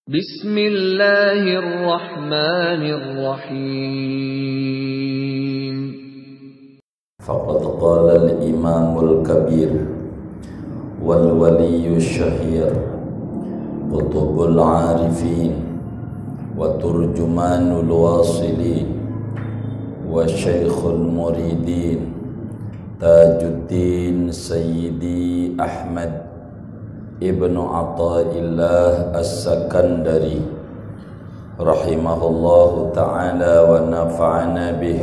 Bismillahirrahmanirrahim. Faqad qala al-imamul kabir wal waliyyu syahir qutubul arifin wa turjumanul wasilin wa syekhul muridin Tajuddin Sayyidi Ahmad Ibnu Athaillah As-Sakandari rahimahullahu ta'ala wa nafa'ana bih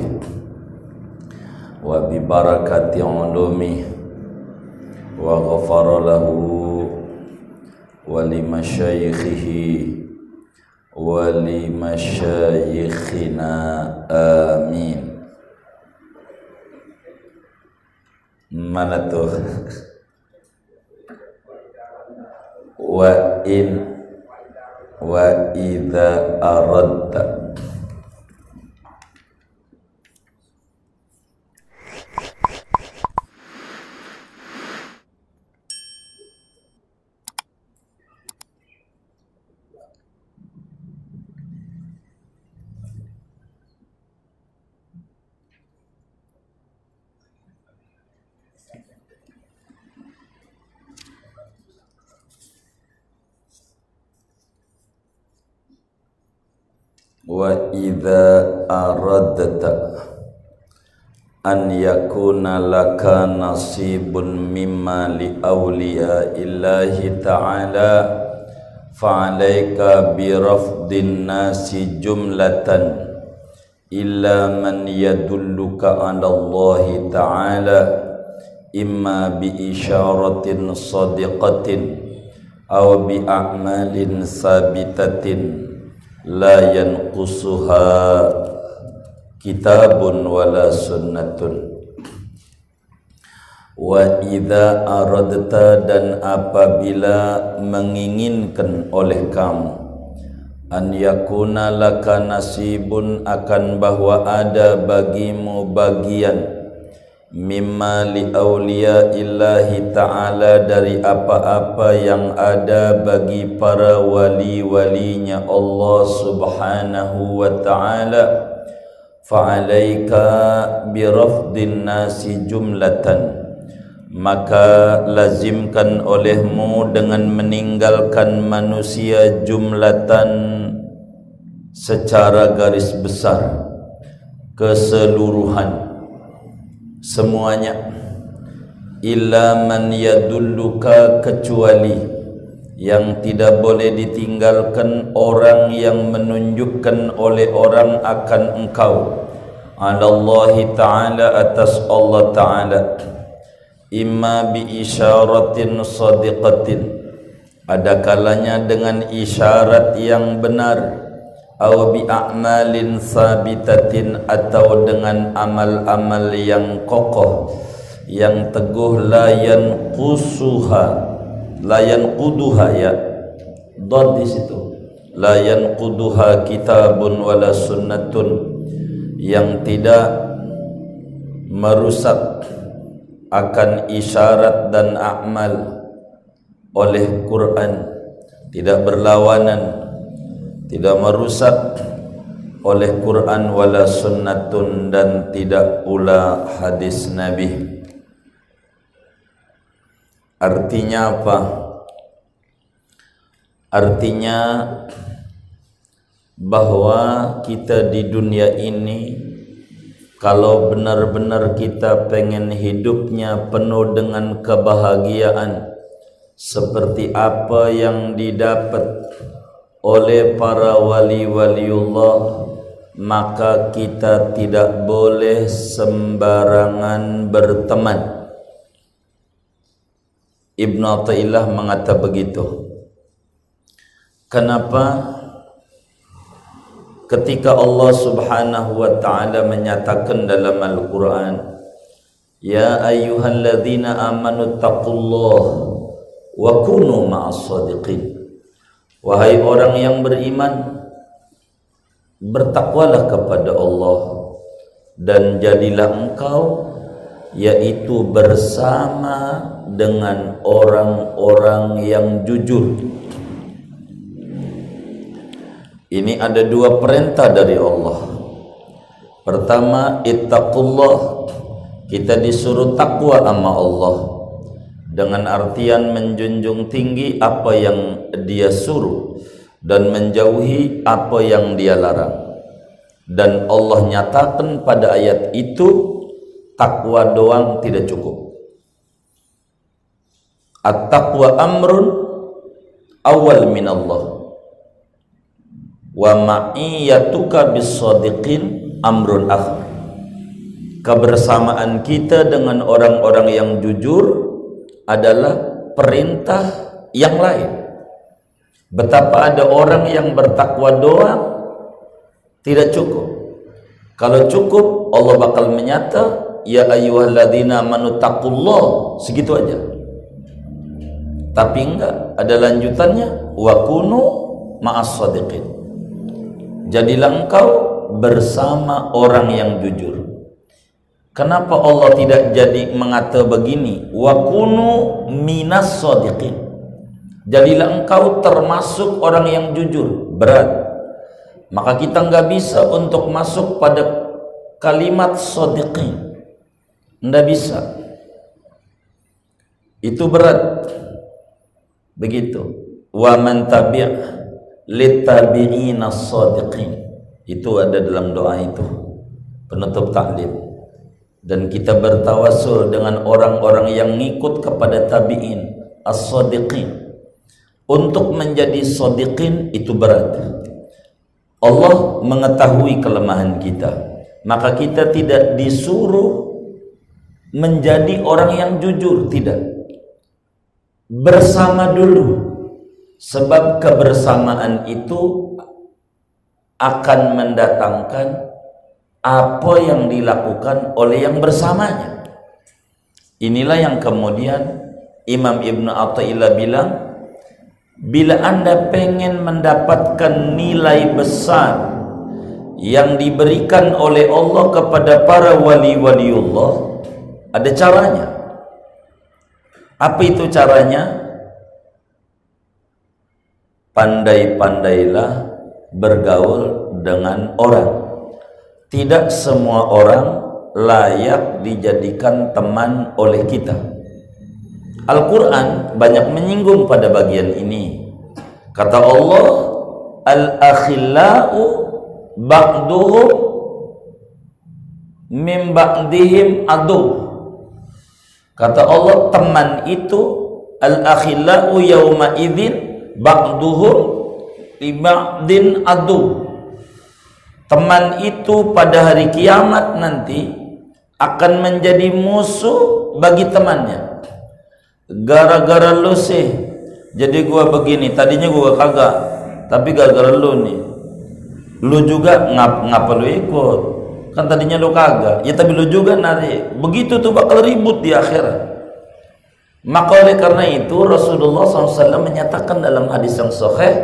wa bi barakati ulumih wa ghafara lahu wa li masyaikhihi wa li masyaikhina amin. Mana tuh? Wa idza aradta an yakuna laka nasibun mimma li awliya illahi ta'ala fa'alaika bi rafdin nasi jumlatan illa man yadulluka 'ala Allah ta'ala imma bi isyaratin sadiqatin aw bi a'malin sabitatin la yanqusuha kitabun wala sunnatun. Wa idza aradta, dan apabila menginginkan oleh kamu, an yakuna laka nasibun, akan bahwa ada bagimu bagian, mimma li awliya illahi ta'ala, dari apa-apa yang ada bagi para wali-walinya Allah subhanahu wa ta'ala, fa'alaika birafdin nasi jumlatan, maka lazimkan olehmu dengan meninggalkan manusia jumlatan secara garis besar, keseluruhan, semuanya, illa man yadulluka, kecuali yang tidak boleh ditinggalkan orang yang menunjukkan oleh orang akan engkau, alallahi ta'ala, atas Allah ta'ala, imma bi isyaratin sadiqatin, ada kalanya dengan isyarat yang benar, aw bi a'malin sabitatin, atau dengan amal-amal yang kokoh, yang teguh, la yanquduha, ya dad di situ, la yanquduha kitabun wala sunnatun, yang tidak merusak akan isyarat dan amal oleh Quran, tidak berlawanan, tidak merusak oleh Quran, wala sunnatun, dan tidak pula hadis Nabi. Artinya apa? Artinya bahwa kita di dunia ini, kalau benar-benar kita pengen hidupnya penuh dengan kebahagiaan seperti apa yang didapat oleh para wali-waliullah, maka kita tidak boleh sembarangan berteman. Ibnu Athaillah mengata begitu. Kenapa? Ketika Allah subhanahu wa ta'ala menyatakan dalam Al-Quran, ya ayyuhalladzina amanu taqullah wa kunu ma'as sadiqin, wahai orang yang beriman, bertakwalah kepada Allah dan jadilah engkau yaitu bersama dengan orang-orang yang jujur. Ini ada dua perintah dari Allah. Pertama, ittaqullah. Kita disuruh takwa sama Allah, dengan artian menjunjung tinggi apa yang Dia suruh dan menjauhi apa yang Dia larang. Dan Allah nyatakan pada ayat itu, takwa doang tidak cukup. At-taqwa amrun awal min Allah, wa ma'iyatuka bis-shadiqin amrun akhar. Kebersamaan kita dengan orang-orang yang jujur adalah perintah yang lain. Betapa ada orang yang bertakwa doang tidak cukup. Kalau cukup, Allah bakal menyata, ya ayyuhalladzina amanu taqullah, segitu aja. Tapi enggak, ada lanjutannya, wa kunu ma'as shadiqin. Jadilah engkau bersama orang yang jujur. Kenapa Allah tidak jadi mengata begini, wa kunu minas shadiqin? Jadilah engkau termasuk orang yang jujur. Berat. Maka kita nggak bisa untuk masuk pada kalimat shadiqin. Nggak bisa. Itu berat. Begitu. Wa man tabi' litabi'ina shadiqin. Itu ada dalam doa itu, penutup taklim. Dan kita bertawassul dengan orang-orang yang ngikut kepada tabi'in as-shadiqin. Untuk menjadi shadiqin itu berat. Allah mengetahui kelemahan kita, maka kita tidak disuruh menjadi orang yang jujur, tidak. Bersama dulu, sebab kebersamaan itu akan mendatangkan apa yang dilakukan oleh yang bersamanya. Inilah yang kemudian Imam Ibn Athaillah bilang, bila Anda pengen mendapatkan nilai besar yang diberikan oleh Allah kepada para wali-waliullah, ada caranya. Apa itu caranya? Pandai-pandailah bergaul dengan orang. Tidak semua orang layak dijadikan teman oleh kita. Al-Quran banyak menyinggung pada bagian ini. Kata Allah, al-akhillau ba'duhum min ba'dihim adu. Kata Allah, teman itu al-akhillau yawma idzin ba'duhum li ba'din adu. Teman itu pada hari kiamat nanti akan menjadi musuh bagi temannya. Gara-gara lu sih, jadi gua begini. Tadinya gua kagak, tapi gara-gara lu nih. Lu juga ngapa lu ikut? Kan tadinya lu kagak. Ya tapi lu juga narik. Begitu tuh bakal ribut di akhirat. Maka oleh karena itu Rasulullah SAW menyatakan dalam hadis yang sahih,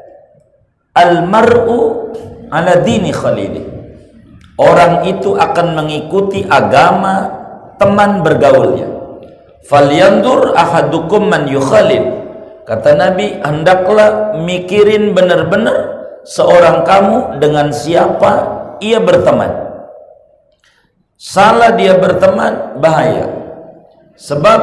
al-mar'u ala dini khalili. Orang itu akan mengikuti agama teman bergaulnya. Falyandur ahadukum man yukhalil. Kata Nabi, hendaklah mikirin benar-benar seorang kamu dengan siapa ia berteman. Salah dia berteman, bahaya. Sebab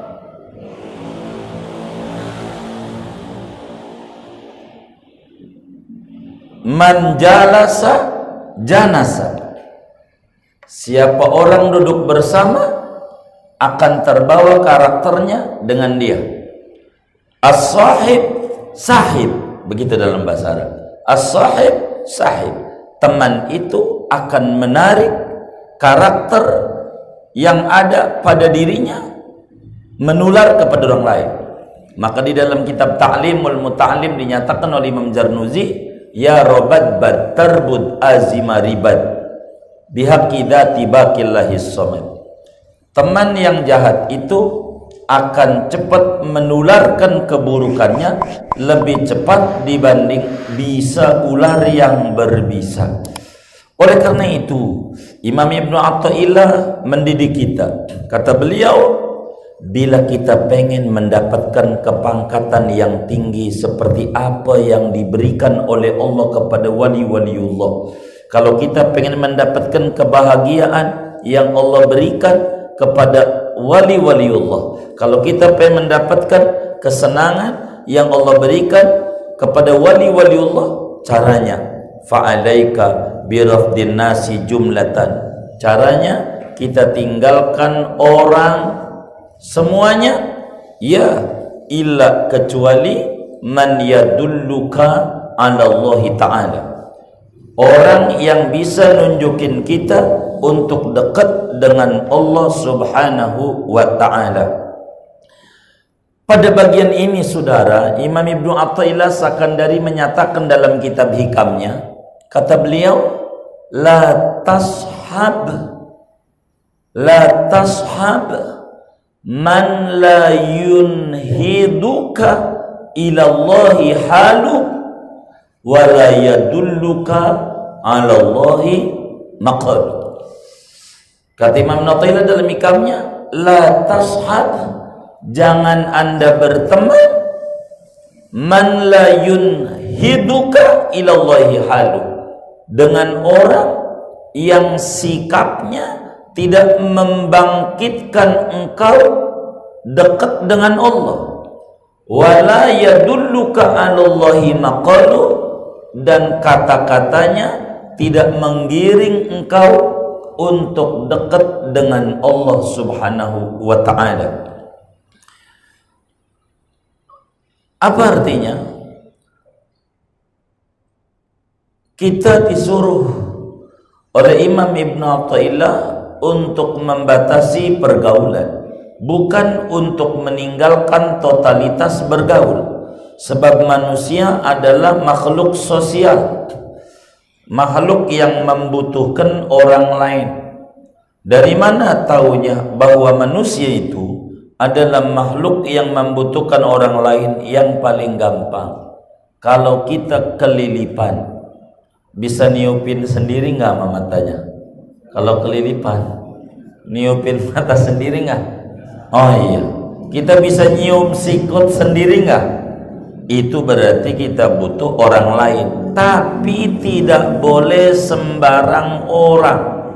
man jalasa janasa. Siapa orang duduk bersama akan terbawa karakternya dengan dia. As-sahib sahib, begitu dalam bahasa Arab. As-sahib sahib, teman itu akan menarik karakter yang ada pada dirinya menular kepada orang lain. Maka di dalam kitab Ta'limul Muta'allim dinyatakan oleh Imam Jarnuzi, ya robat bad tarbud azima ribad bihaqi dzati baqillahis samad. Teman yang jahat itu akan cepat menularkan keburukannya lebih cepat dibanding bisa ular yang berbisa. Oleh karena itu Imam Ibn Athaillah mendidik kita. Kata beliau, bila kita pengen mendapatkan kepangkatan yang tinggi seperti apa yang diberikan oleh Allah kepada wali-waliullah, kalau kita pengen mendapatkan kebahagiaan yang Allah berikan kepada wali-waliullah, kalau kita pengen mendapatkan kesenangan yang Allah berikan kepada wali-waliullah, caranya fa'alaika birafdin nasi jumlatan, caranya kita tinggalkan orang semuanya, ya, illa kecuali man yadulluka ala Allah Ta'ala, orang yang bisa nunjukin kita untuk dekat dengan Allah Subhanahu wa Ta'ala. Pada bagian ini saudara, Imam Ibnu Athaillah Sakandari menyatakan dalam kitab hikamnya, kata beliau, la tashab man la yunhiduka ila Allahi halu wa la yadulluka ala Allahi maqalu. Kata Imam Athaillah dalam hikamnya, la tashab, jangan anda berteman, man la yunhiduka ila Allahi halu, dengan orang yang sikapnya tidak membangkitkan engkau dekat dengan Allah, wala yadulluka 'alallahi maqalu, dan kata-katanya tidak menggiring engkau untuk dekat dengan Allah Subhanahu wa Ta'ala. Apa artinya? Kita disuruh oleh Imam Ibnu Athaillah untuk membatasi pergaulan, bukan untuk meninggalkan totalitas bergaul. Sebab manusia adalah makhluk sosial, makhluk yang membutuhkan orang lain. Dari mana taunya bahwa manusia itu adalah makhluk yang membutuhkan orang lain? Yang paling gampang, kalau kita kelilipan, bisa niupin sendiri nggak sama matanya? Kalau kelilipan, niupin mata sendiri nggak? Oh iya, kita bisa nyium sikut sendiri nggak? Itu berarti kita butuh orang lain, tapi tidak boleh sembarang orang.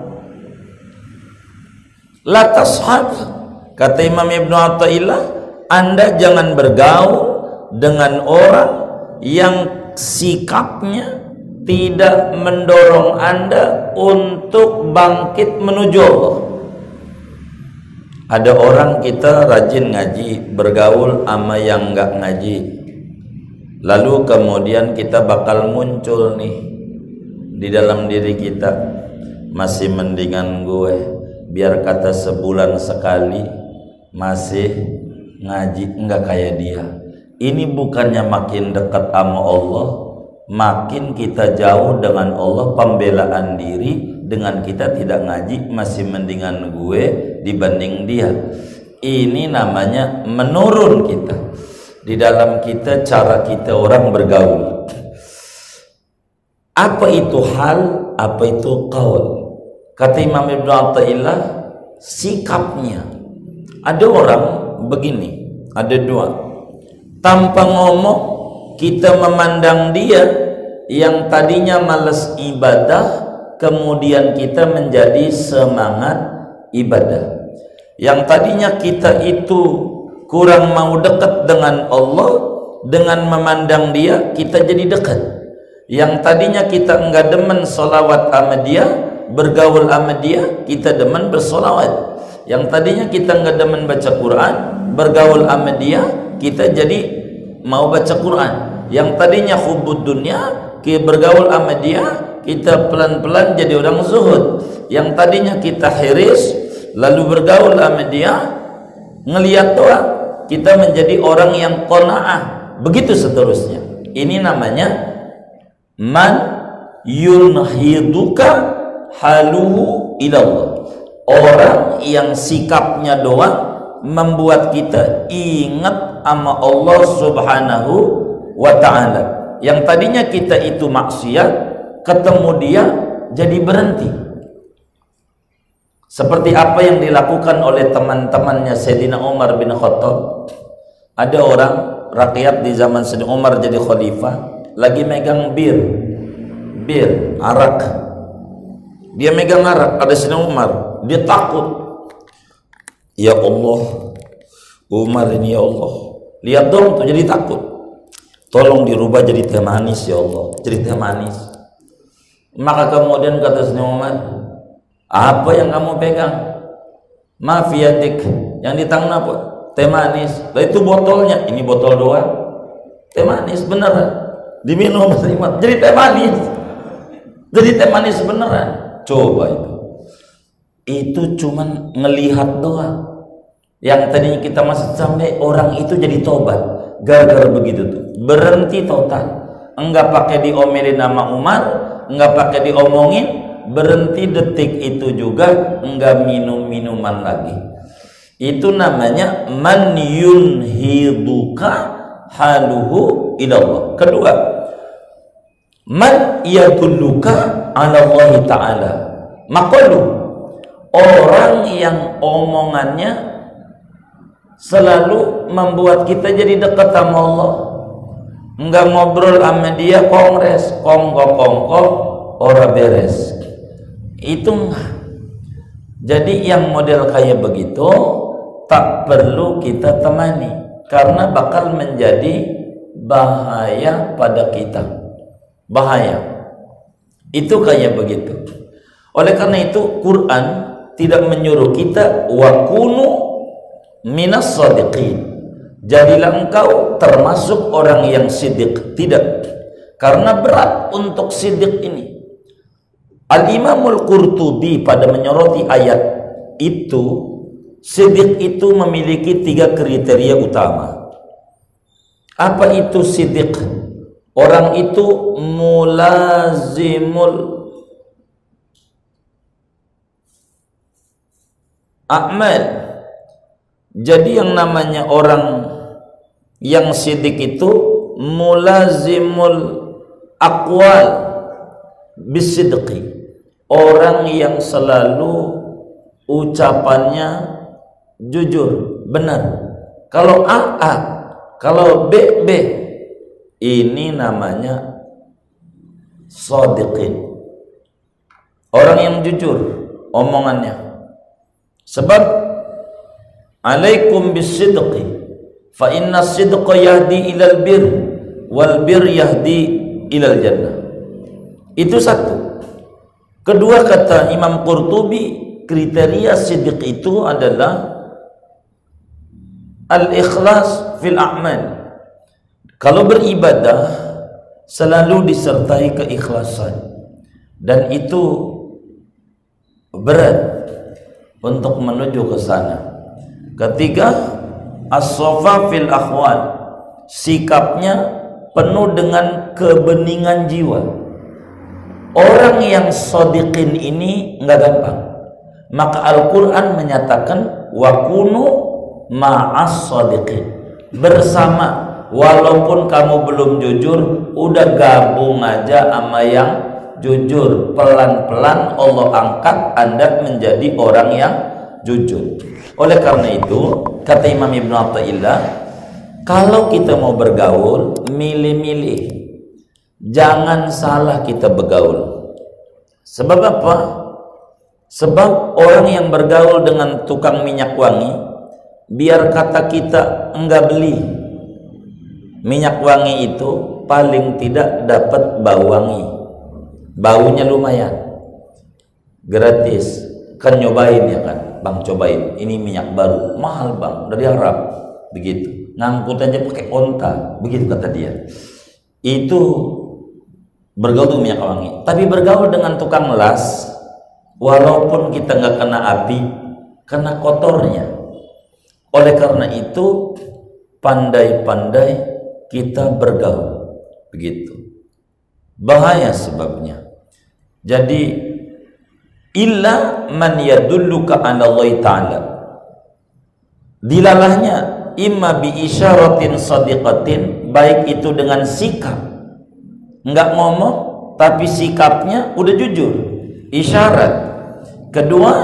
La tashab, kata Imam Ibnu Athaillah, anda jangan bergaul dengan orang yang sikapnya tidak mendorong anda untuk bangkit menuju Allah. Ada orang kita rajin ngaji, bergaul sama yang nggak ngaji, lalu kemudian kita bakal muncul nih di dalam diri kita, masih mendingan gue biar kata sebulan sekali masih ngaji, nggak kayak dia. Ini bukannya makin dekat sama Allah, makin kita jauh dengan Allah. Pembelaan diri dengan kita tidak ngaji, masih mendingan gue dibanding dia. Ini namanya menurun kita di dalam kita, cara kita orang bergaul. Apa itu hal, apa itu qaul? Kata Imam Ibnu Athaillah, sikapnya. Ada orang begini, ada dua, tanpa ngomong kita memandang dia yang tadinya malas ibadah, kemudian kita menjadi semangat ibadah. Yang tadinya kita itu kurang mau dekat dengan Allah, dengan memandang dia kita jadi dekat. Yang tadinya kita enggak demen sholawat sama dia, bergaul sama dia, kita demen bersolawat. Yang tadinya kita enggak demen baca Quran, bergaul sama dia, kita jadi mau baca Quran. Yang tadinya hubbud dunya, kita bergaul sama dia, kita pelan-pelan jadi orang zuhud. Yang tadinya kita hiris, lalu bergaul sama dia, ngelihat doang, kita menjadi orang yang qanaah. Begitu seterusnya. Ini namanya man yunhiduka haluhu ilallah. Orang yang sikapnya doang membuat kita ingat sama Allah Subhanahu wa Ta'ala. Yang tadinya kita itu maksiat, ketemu dia jadi berhenti. Seperti apa yang dilakukan oleh teman-temannya Sayyidina Umar bin Khattab. Ada orang rakyat di zaman Sayyidina Umar jadi khalifah lagi megang bir arak. Dia megang arak, ada Sayyidina Umar, dia takut. Ya Allah, Umar ini ya Allah, lihat dong tuh jadi takut. Tolong dirubah jadi teh manis ya Allah, jadi teh manis. Maka kemudian kata Sayyidina Umar, apa yang kamu pegang? Maaf ya dik, yang di tangan apa? Teh manis. Lah itu botolnya, ini botol doang. Teh manis beneran. Diminum jadi teh manis. Jadi teh manis beneran. Coba itu cuman ngelihat doang. Yang tadinya kita masih sampai orang itu jadi tobat gara-gara begitu tuh, berhenti total, enggak pakai diomelin nama Umar, enggak pakai diomongin, berhenti detik itu juga, enggak minum minuman lagi. Itu namanya man yunhiduka haluhu ilallah. Kedua, man yadulluka ala Allah Ta'ala. Maqalu, orang yang omongannya selalu membuat kita jadi dekat sama Allah. Enggak ngobrol sama dia kongres, kongko ora beres. Itu enggak. Jadi yang model kayak begitu tak perlu kita temani, karena bakal menjadi bahaya pada kita. Bahaya. Itu kayak begitu. Oleh karena itu Quran tidak menyuruh kita wa kunu minas shadiqin, jadilah engkau termasuk orang yang siddiq. Tidak, karena berat untuk siddiq ini. Al-Imamul Qurtubi pada menyoroti ayat itu, siddiq itu memiliki 3 kriteria utama. Apa itu siddiq? Orang itu mulazimul a'mal. Jadi yang namanya orang yang siddiq itu mulazimul aqwal bisidqi, orang yang selalu ucapannya jujur, benar. Kalau A, kalau B. Ini namanya shadiqin, orang yang jujur omongannya. Sebab alaikum bisidqi fa inna sidqa yahdi ilal bir wal bir yahdi ilal jannah. Itu satu. Kedua, kata Imam Qurtubi, kriteria siddiq itu adalah al-ikhlas fil a'mal. Kalau beribadah selalu disertai keikhlasan, dan itu berat untuk menuju ke sana. Ketiga, as-safa fil akhwal, sikapnya penuh dengan kebeningan jiwa. Orang yang shadiqin ini enggak gampang. Maka Al-Quran menyatakan wa kunu ma'as shadiqin, bersama, walaupun kamu belum jujur, udah gabung aja sama yang jujur. Pelan-pelan Allah angkat Anda menjadi orang yang jujur. Oleh karena itu kata Imam Ibn Athaillah, kalau kita mau bergaul, milih-milih, jangan salah kita bergaul. Sebab apa? Sebab orang yang bergaul dengan tukang minyak wangi, biar kata kita enggak beli minyak wangi itu, paling tidak dapat bau wangi, baunya lumayan, gratis. Kan nyobain ya kan, bang cobain, ini minyak baru, mahal bang, dari Arab, begitu, ngangkut aja pakai onta, begitu kata dia. Itu bergaul dengan minyak wangi. Tapi bergaul dengan tukang las, walaupun kita nggak kena api, kena kotornya. Oleh karena itu pandai-pandai kita bergaul, begitu. Bahaya sebabnya. Jadi illa man yadulluka 'ala Allah Ta'ala, dilalahnya imma bi isyaratin sadiqatin, baik itu dengan sikap, enggak ngomong tapi sikapnya udah jujur, isyarat. Kedua,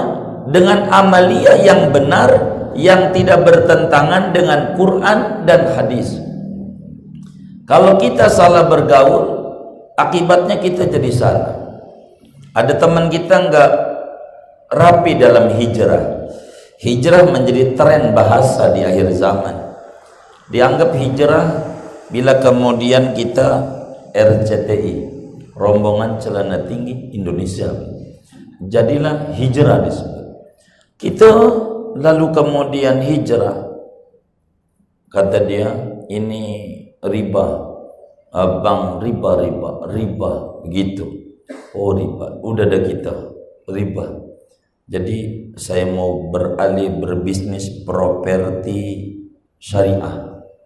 dengan amalia yang benar, yang tidak bertentangan dengan Quran dan hadis. Kalau kita salah bergaul, akibatnya kita jadi salah. Ada teman kita nggak rapi dalam hijrah. Hijrah menjadi tren bahasa di akhir zaman. Dianggap hijrah bila kemudian kita RCTI, rombongan celana tinggi Indonesia, jadilah hijrah disebut. Kita lalu kemudian hijrah, kata dia ini riba, abang riba gitu. Oh riba, udah ada kita riba. Jadi saya mau beralih berbisnis properti syariah.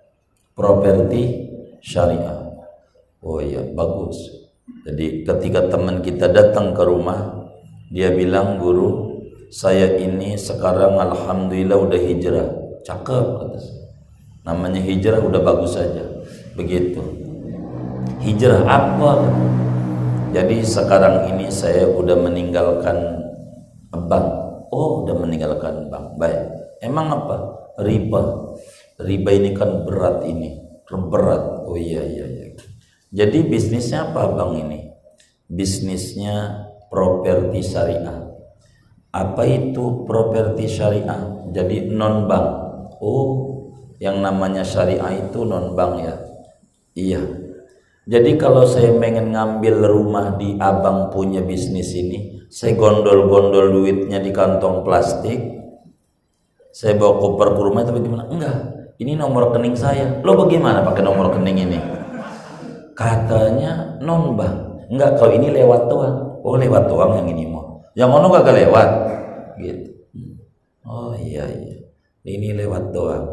Oh iya, bagus. Jadi ketika teman kita datang ke rumah, dia bilang, guru, saya ini sekarang alhamdulillah udah hijrah. Cakep, kata saya. Namanya hijrah udah bagus saja. Begitu. Hijrah apa? Jadi sekarang ini saya udah meninggalkan bank. Oh, udah meninggalkan bank. Baik. Emang apa? Riba. Riba ini kan berat ini. Berat. Oh iya. Jadi bisnisnya apa bang ini? Bisnisnya properti syariah. Apa itu properti syariah? Jadi non bank. Oh, yang namanya syariah itu non bank ya? Iya. Jadi kalau saya pengen ngambil rumah di abang punya bisnis ini, saya gondol-gondol duitnya di kantong plastik, saya bawa koper ke rumah itu bagaimana? Enggak, ini nomor rekening saya. Lo bagaimana pakai nomor rekening ini? Katanya non bank. Enggak, kalau ini lewat doang. Oh lewat doang yang ini mau. Yang ono kagak lewat. Gitu. Oh iya. Ini lewat doang.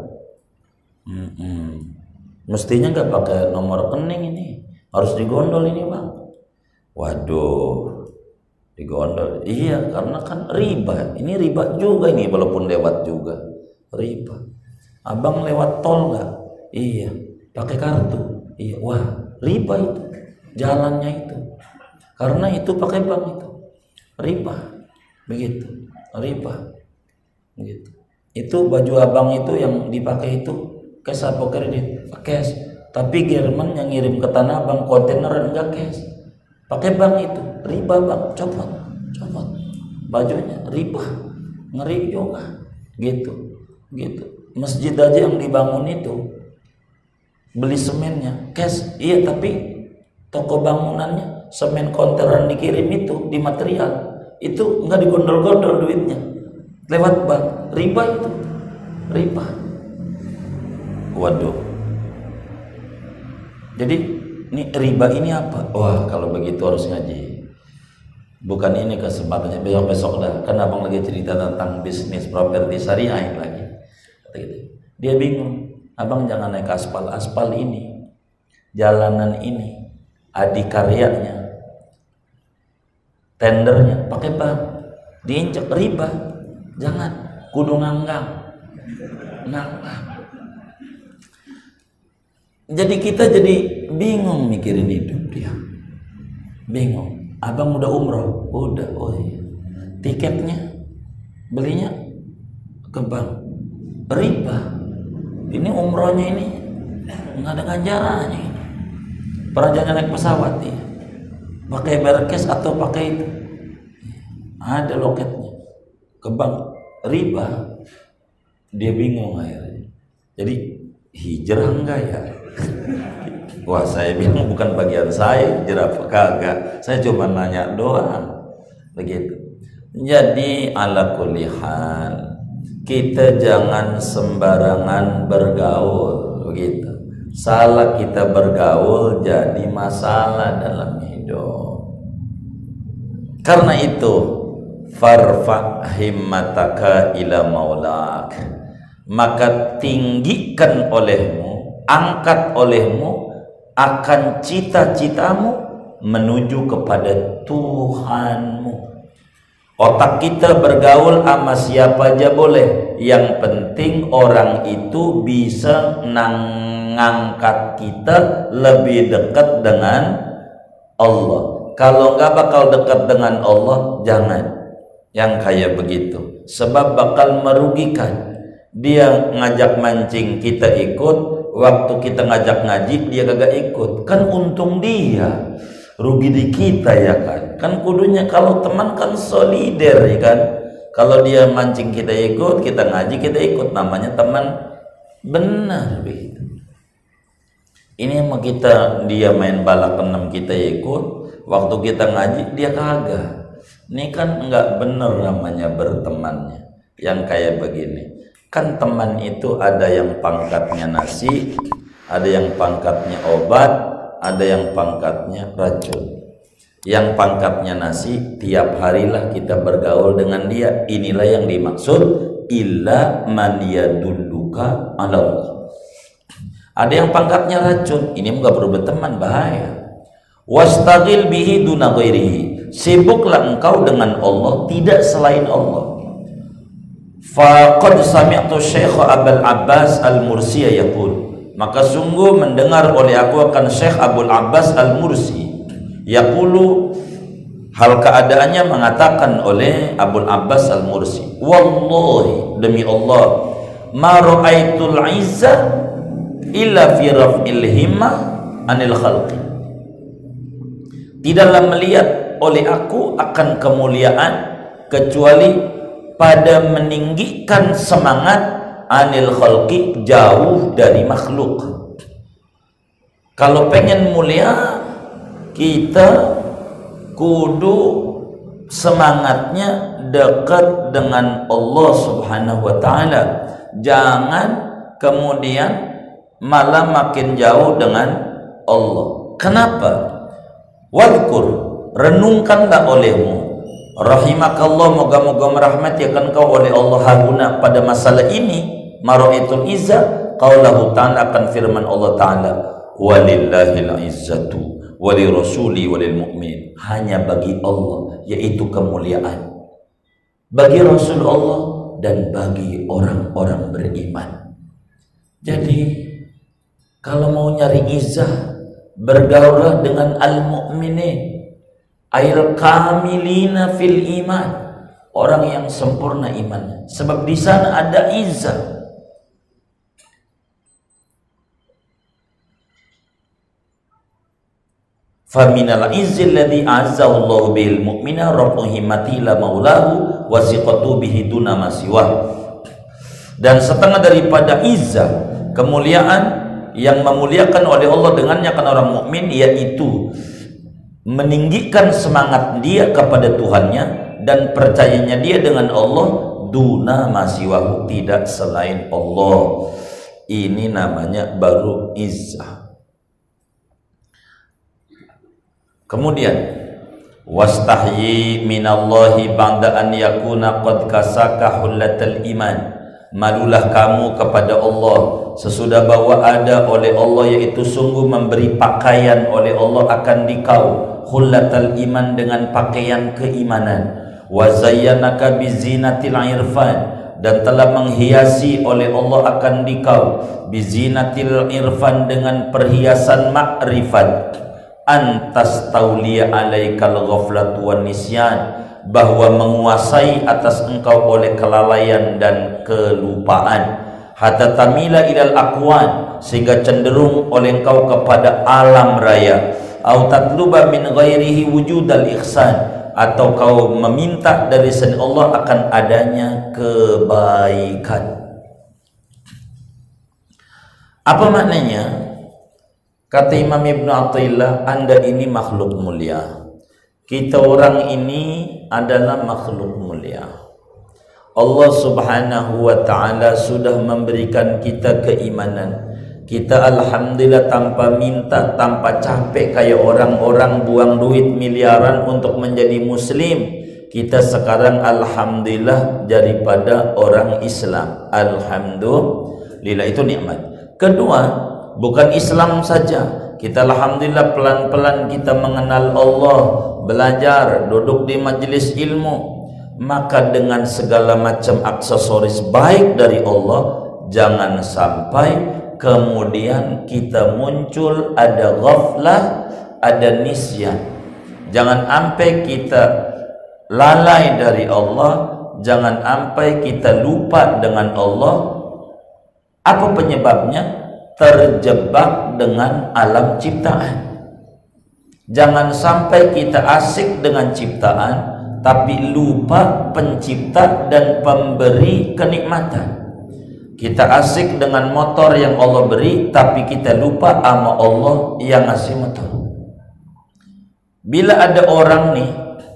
Mestinya nggak pakai nomor rekening ini, harus digondol ini bang. Waduh, digondol. Iya, karena kan riba. Ini riba juga ini, walaupun lewat juga riba. Abang lewat tol nggak? Iya, pakai kartu. Iya, wah riba itu, jalannya itu. Karena itu pakai bank itu riba, begitu, riba, begitu. Itu baju abang itu yang dipakai itu cash apa kredit? Cash. Tapi Jerman yang ngirim ke Tanah Abang kontainer enggak cash, pakai bank itu riba bang. Copot bajunya riba, ngeri juga, gitu. Masjid aja yang dibangun itu beli semennya cash, iya, tapi toko bangunannya semen konteran dikirim itu di material itu enggak digondol-gondol duitnya, lewat bank, riba itu, riba. Waduh. Jadi ini riba ini apa? Wah, kalau begitu harus ngaji. Bukan ini kesempatannya, besok dah. Kan abang lagi cerita tentang bisnis properti syariah lagi. Dia bingung. Abang jangan naik aspal ini, jalanan ini, adikaryanya, tendernya pakai bank, diinjak riba. Jangan, kudu nganggang. Jadi kita jadi bingung mikirin hidup dia. Bingung. Abang udah umroh, udah, oh iya. Tiketnya belinya ke bank, riba. Ini umrohnya ini nggak ada ganjarannya. Perjalanan naik pesawat ya, pakai berkes atau pakai itu, ada loketnya ke bank, riba. Dia bingung akhirnya. Jadi hijrah enggak ya? Wah, saya bilang bukan bagian saya hijrah apa kagak. Saya cuma nanya doang. Begitu. Jadi ala kulli hal, kita jangan sembarangan bergaul, begitu. Salah kita bergaul jadi masalah dalam hidup. Karena itu, farfa himmataka ila maulak, maka tinggikan olehmu, angkat olehmu akan cita-citamu menuju kepada Tuhanmu. Otak kita bergaul sama siapa aja boleh, yang penting orang itu bisa ngangkat kita lebih dekat dengan Allah. Kalau nggak bakal dekat dengan Allah, jangan. yang kayak begitu, sebab bakal merugikan. Dia ngajak mancing kita ikut, waktu kita ngajak ngaji dia kagak ikut, kan untung dia, rugi di kita ya kan. Kan kudunya kalau teman kan solider ya kan. Kalau dia mancing kita ikut, kita ngaji kita ikut, namanya teman benar begitu. Ini mau kita, dia main balak 6 kita ikut, waktu kita ngaji dia kagak. Ini kan enggak bener namanya bertemannya. Yang kayak begini, kan teman itu ada yang pangkatnya nasi, ada yang pangkatnya obat, ada yang pangkatnya racun. Yang pangkatnya nasi, tiap harilah kita bergaul dengan dia. Inilah yang dimaksud illa man yadulluka ala Allah. Ada yang pangkatnya racun, ini enggak perlu berteman, bahaya. Wastaghil bihi duna ghairihi, sibuklah engkau dengan Allah, tidak selain Allah. Faqad sami'tu Syekh Abul Abbas Al-Mursi yaqul, maka sungguh mendengar oleh aku akan Syekh Abul Abbas Al-Mursi yaqulu, hal keadaannya mengatakan oleh Abul Abbas Al-Mursi, wallahi, demi Allah, ma ra'aitul izza illa fi raf'il himmah anil khalqi, tidaklah melihat oleh aku akan kemuliaan kecuali pada meninggikan semangat anil khalqi, jauh dari makhluk. Kalau pengen mulia, kita kudu semangatnya dekat dengan Allah Subhanahu wa ta'ala. Jangan kemudian malah makin jauh dengan Allah. Kenapa? Wadhkur, renungkanlah olehmu, rahimakallah, moga-moga merahmati akan kau oleh Allah, haguna pada masalah ini, maraitul izza, qaulahu ta'ala, akan firman Allah ta'ala, walillahil izzatu wali rasuli walil mu'min, hanya bagi Allah, yaitu kemuliaan, bagi Rasul Allah dan bagi orang-orang beriman. Jadi kalau mau nyari izzah, bergaullah dengan al-mu'minin al-kamilina fil iman, orang yang sempurna imannya, sebab di sana ada izzah. Faminal izzil ladzi azzahu Allahu bil mu'mina rafu himmati la maulahu wa siqatu bihi duna ma siwa. Dan setengah daripada izzah, kemuliaan yang memuliakan oleh Allah dengannya kan orang mukmin, yaitu meninggikan semangat dia kepada Tuhannya dan percayanya dia dengan Allah, duna ma siwahu, tidak selain Allah. Ini namanya baru izzah. Kemudian wastahyi minallahi ba'da an yakuna qad kasaka hullatal iman, malulah kamu kepada Allah sesudah bahwa ada oleh Allah, yaitu sungguh memberi pakaian oleh Allah akan dikau hullatal iman, dengan pakaian keimanan, wa zayyanaka bizinatil irfan, dan telah menghiasi oleh Allah akan dikau bizinatil irfan, dengan perhiasan makrifat, antas tauliya alaikal ghaflat wan nisyan, bahwa menguasai atas engkau oleh kelalaian dan kelupaan, hatta tamila ilal aqwan, sehingga cenderung oleh engkau kepada alam raya, au tatluba min ghairihi wujudal ihsan, atau kau meminta dari selain Allah akan adanya kebaikan. Apa maknanya? Kata Imam Ibn Athaillah, Anda ini makhluk mulia, kita orang ini adalah makhluk mulia. Allah Subhanahu wa ta'ala sudah memberikan kita keimanan. Kita alhamdulillah tanpa minta, tanpa capek kayak orang-orang buang duit miliaran untuk menjadi muslim. Kita sekarang alhamdulillah daripada orang Islam. Alhamdulillah, itu nikmat. Kedua, bukan Islam saja, kita alhamdulillah pelan-pelan kita mengenal Allah, belajar, duduk di majelis ilmu. Maka dengan segala macam aksesoris baik dari Allah, jangan sampai kemudian kita muncul ada ghaflah, ada nisyan. Jangan sampai kita lalai dari Allah, jangan sampai kita lupa dengan Allah. Apa penyebabnya? Terjebak dengan alam ciptaan. Jangan sampai kita asik dengan ciptaan tapi lupa pencipta dan pemberi kenikmatan. Kita asik dengan motor yang Allah beri tapi kita lupa sama Allah yang ngasih motor. Bila ada orang nih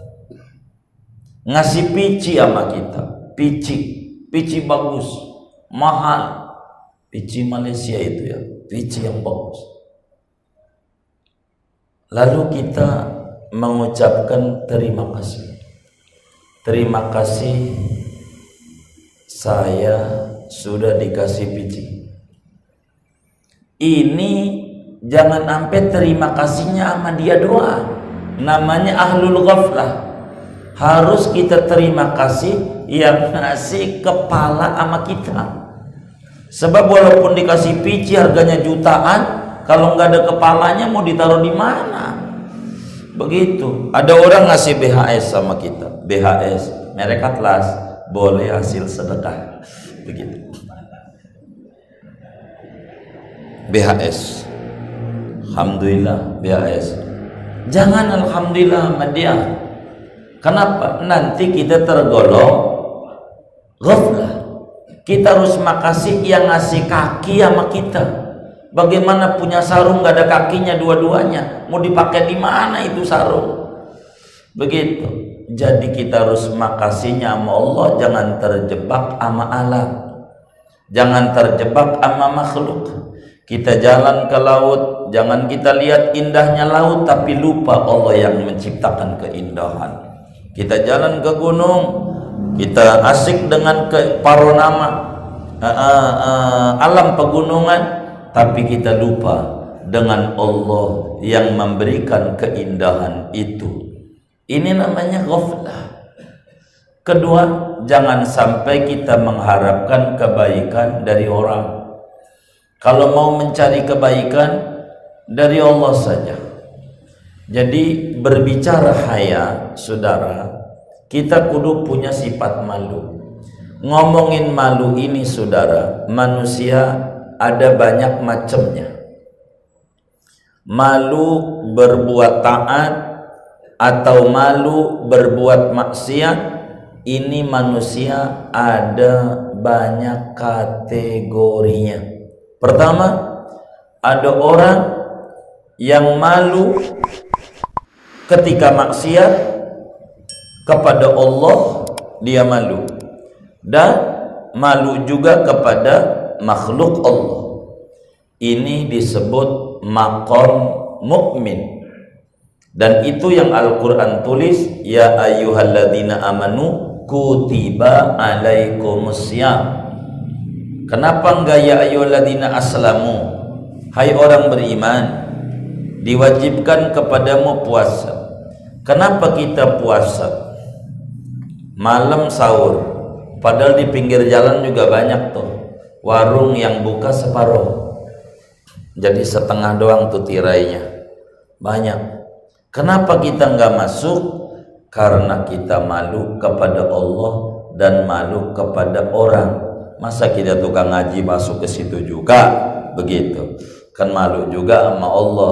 ngasih pici sama kita, pici bagus, mahal, pici Malaysia itu ya, pici yang bagus. Lalu kita mengucapkan terima kasih. Terima kasih saya sudah dikasih pici. Ini jangan sampai terima kasihnya sama dia doang. Namanya ahlul ghaflah. Harus kita terima kasih yang ngasih kepala sama kita. Sebab walaupun dikasih pici harganya jutaan, kalau nggak ada kepalanya mau ditaruh di mana? Begitu. Ada orang ngasih BHS sama kita, BHS merek Atlas, boleh hasil sedekah. Begitu. BHS. Alhamdulillah BHS. Jangan alhamdulillah sama dia. Kenapa? Nanti kita tergolong ghaflah. Kita harus makasih yang ngasih kaki sama kita. Bagaimana punya sarung gak ada kakinya dua-duanya? Mau dipakai di mana itu sarung? Begitu. Jadi kita harus makasihnya sama Allah. Jangan terjebak sama alam. Jangan terjebak sama makhluk. Kita jalan ke laut, jangan kita lihat indahnya laut tapi lupa Allah yang menciptakan keindahan. Kita jalan ke gunung, kita asik dengan panorama alam pegunungan, tapi kita lupa dengan Allah yang memberikan keindahan itu. Ini namanya ghaflah. Kedua, jangan sampai kita mengharapkan kebaikan dari orang. Kalau mau mencari kebaikan dari Allah saja. Jadi berbicara haya, saudara, kita kudu punya sifat malu. Ngomongin malu ini, saudara, manusia ada banyak macamnya. Malu berbuat taat atau malu berbuat maksiat, ini manusia ada banyak kategorinya. Pertama, ada orang yang malu ketika maksiat kepada Allah, dia malu, dan malu juga kepada makhluk Allah. Ini disebut maqam mukmin, dan itu yang Al-Quran tulis, ya ayyuhalladzina amanu kutiba alaikumussyam. Kenapa enggak ya ayyuhalladzina aslamu? Hai orang beriman, diwajibkan kepadamu puasa. Kenapa kita puasa? Malam sahur, padahal di pinggir jalan juga banyak tuh warung yang buka separuh, jadi setengah doang tuh tirainya, banyak. Kenapa kita enggak masuk? Karena kita malu kepada Allah dan malu kepada orang. Masa kita tukang ngaji masuk ke situ juga? Begitu kan, malu juga sama Allah.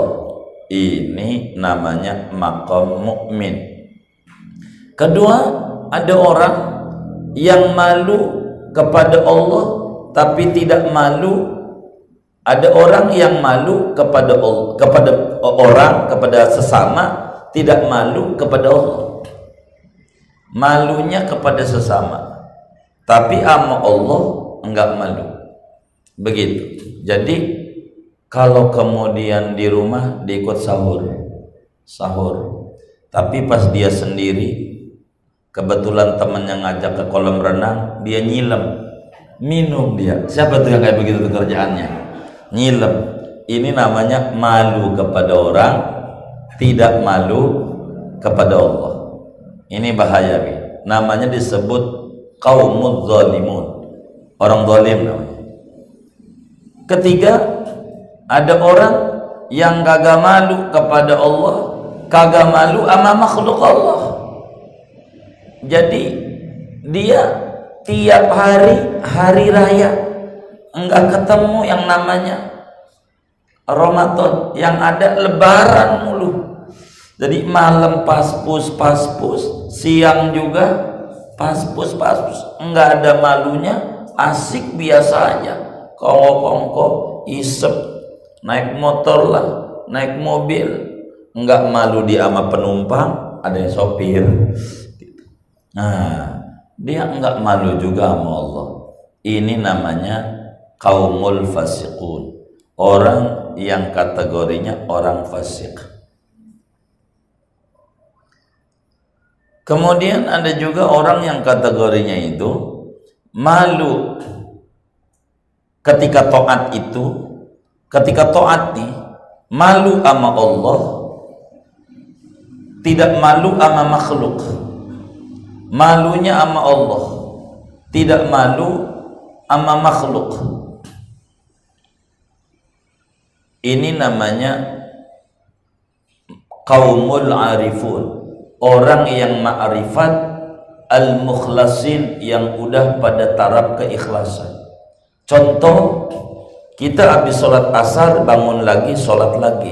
Ini namanya maqam mukmin. Kedua, ada orang yang malu kepada Allah tapi tidak malu. Ada orang yang malu kepada Allah, kepada orang, kepada sesama, tidak malu kepada Allah. Malunya kepada sesama, tapi sama Allah enggak malu. Begitu. Jadi kalau kemudian di rumah diikut sahur, tapi pas dia sendiri, kebetulan temannya ngajak ke kolam renang, dia nyilem, minum dia. Siapa tuh yang kayak begitu tuh kerjaannya? Nyilem. Ini namanya malu kepada orang, tidak malu kepada Allah. Ini bahaya, namanya disebut qaumudz zalimun, orang zalim namanya. Ketiga, ada orang yang kagak malu kepada Allah, kagak malu sama makhluk Allah. Jadi dia tiap hari raya enggak ketemu yang namanya Ramadan, yang ada lebaran mulu. Jadi malam paspus, siang juga paspus, enggak ada malunya, asik biasa aja, kongko isep, naik motor lah, naik mobil, enggak malu dia sama penumpang, ada yang sopir. Nah, dia enggak malu juga sama Allah. Ini namanya kaumul fasiqun, orang yang kategorinya orang fasik. Kemudian ada juga orang yang kategorinya itu malu ketika taat nih, malu sama Allah, tidak malu sama makhluk. Malunya sama Allah, tidak malu sama makhluk. Ini namanya kaumul arifun, orang yang ma'rifat, al-mukhlasin, yang udah pada taraf keikhlasan. Contoh, kita habis sholat asar bangun lagi, sholat lagi,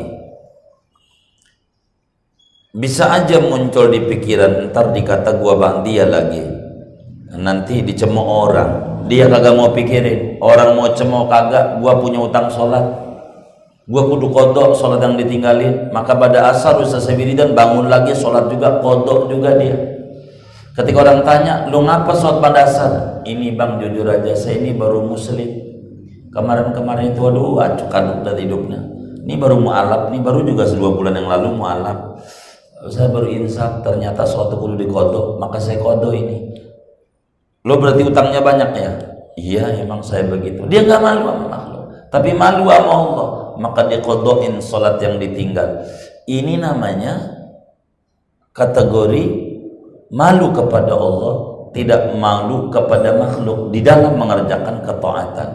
bisa aja muncul di pikiran, ntar dikata gua bang dia lagi, nanti dicemooh orang, dia kagak mau pikirin, orang mau cemooh kagak, gua punya utang sholat, gua kudu kodok sholat yang ditinggalin. Maka pada asar Ustaz Sabiridan bangun lagi sholat juga, kodok juga dia. Ketika orang tanya, lu ngapa sholat pada asar? Ini bang jujur aja, saya ini baru muslim, kemarin itu aduh acuk aduk dari hidupnya, ini baru mu'alaf, ini baru juga 2 bulan yang lalu mu'alaf, saya baru insaf, ternyata sholat kudu dikodok, maka saya kodok ini. Lo berarti utangnya banyak ya? Iya emang saya begitu. Dia nggak malu sama makhluk, tapi malu sama Allah, maka dia kodokin sholat yang ditinggal. Ini namanya kategori malu kepada Allah, tidak malu kepada makhluk di dalam mengerjakan ketaatan.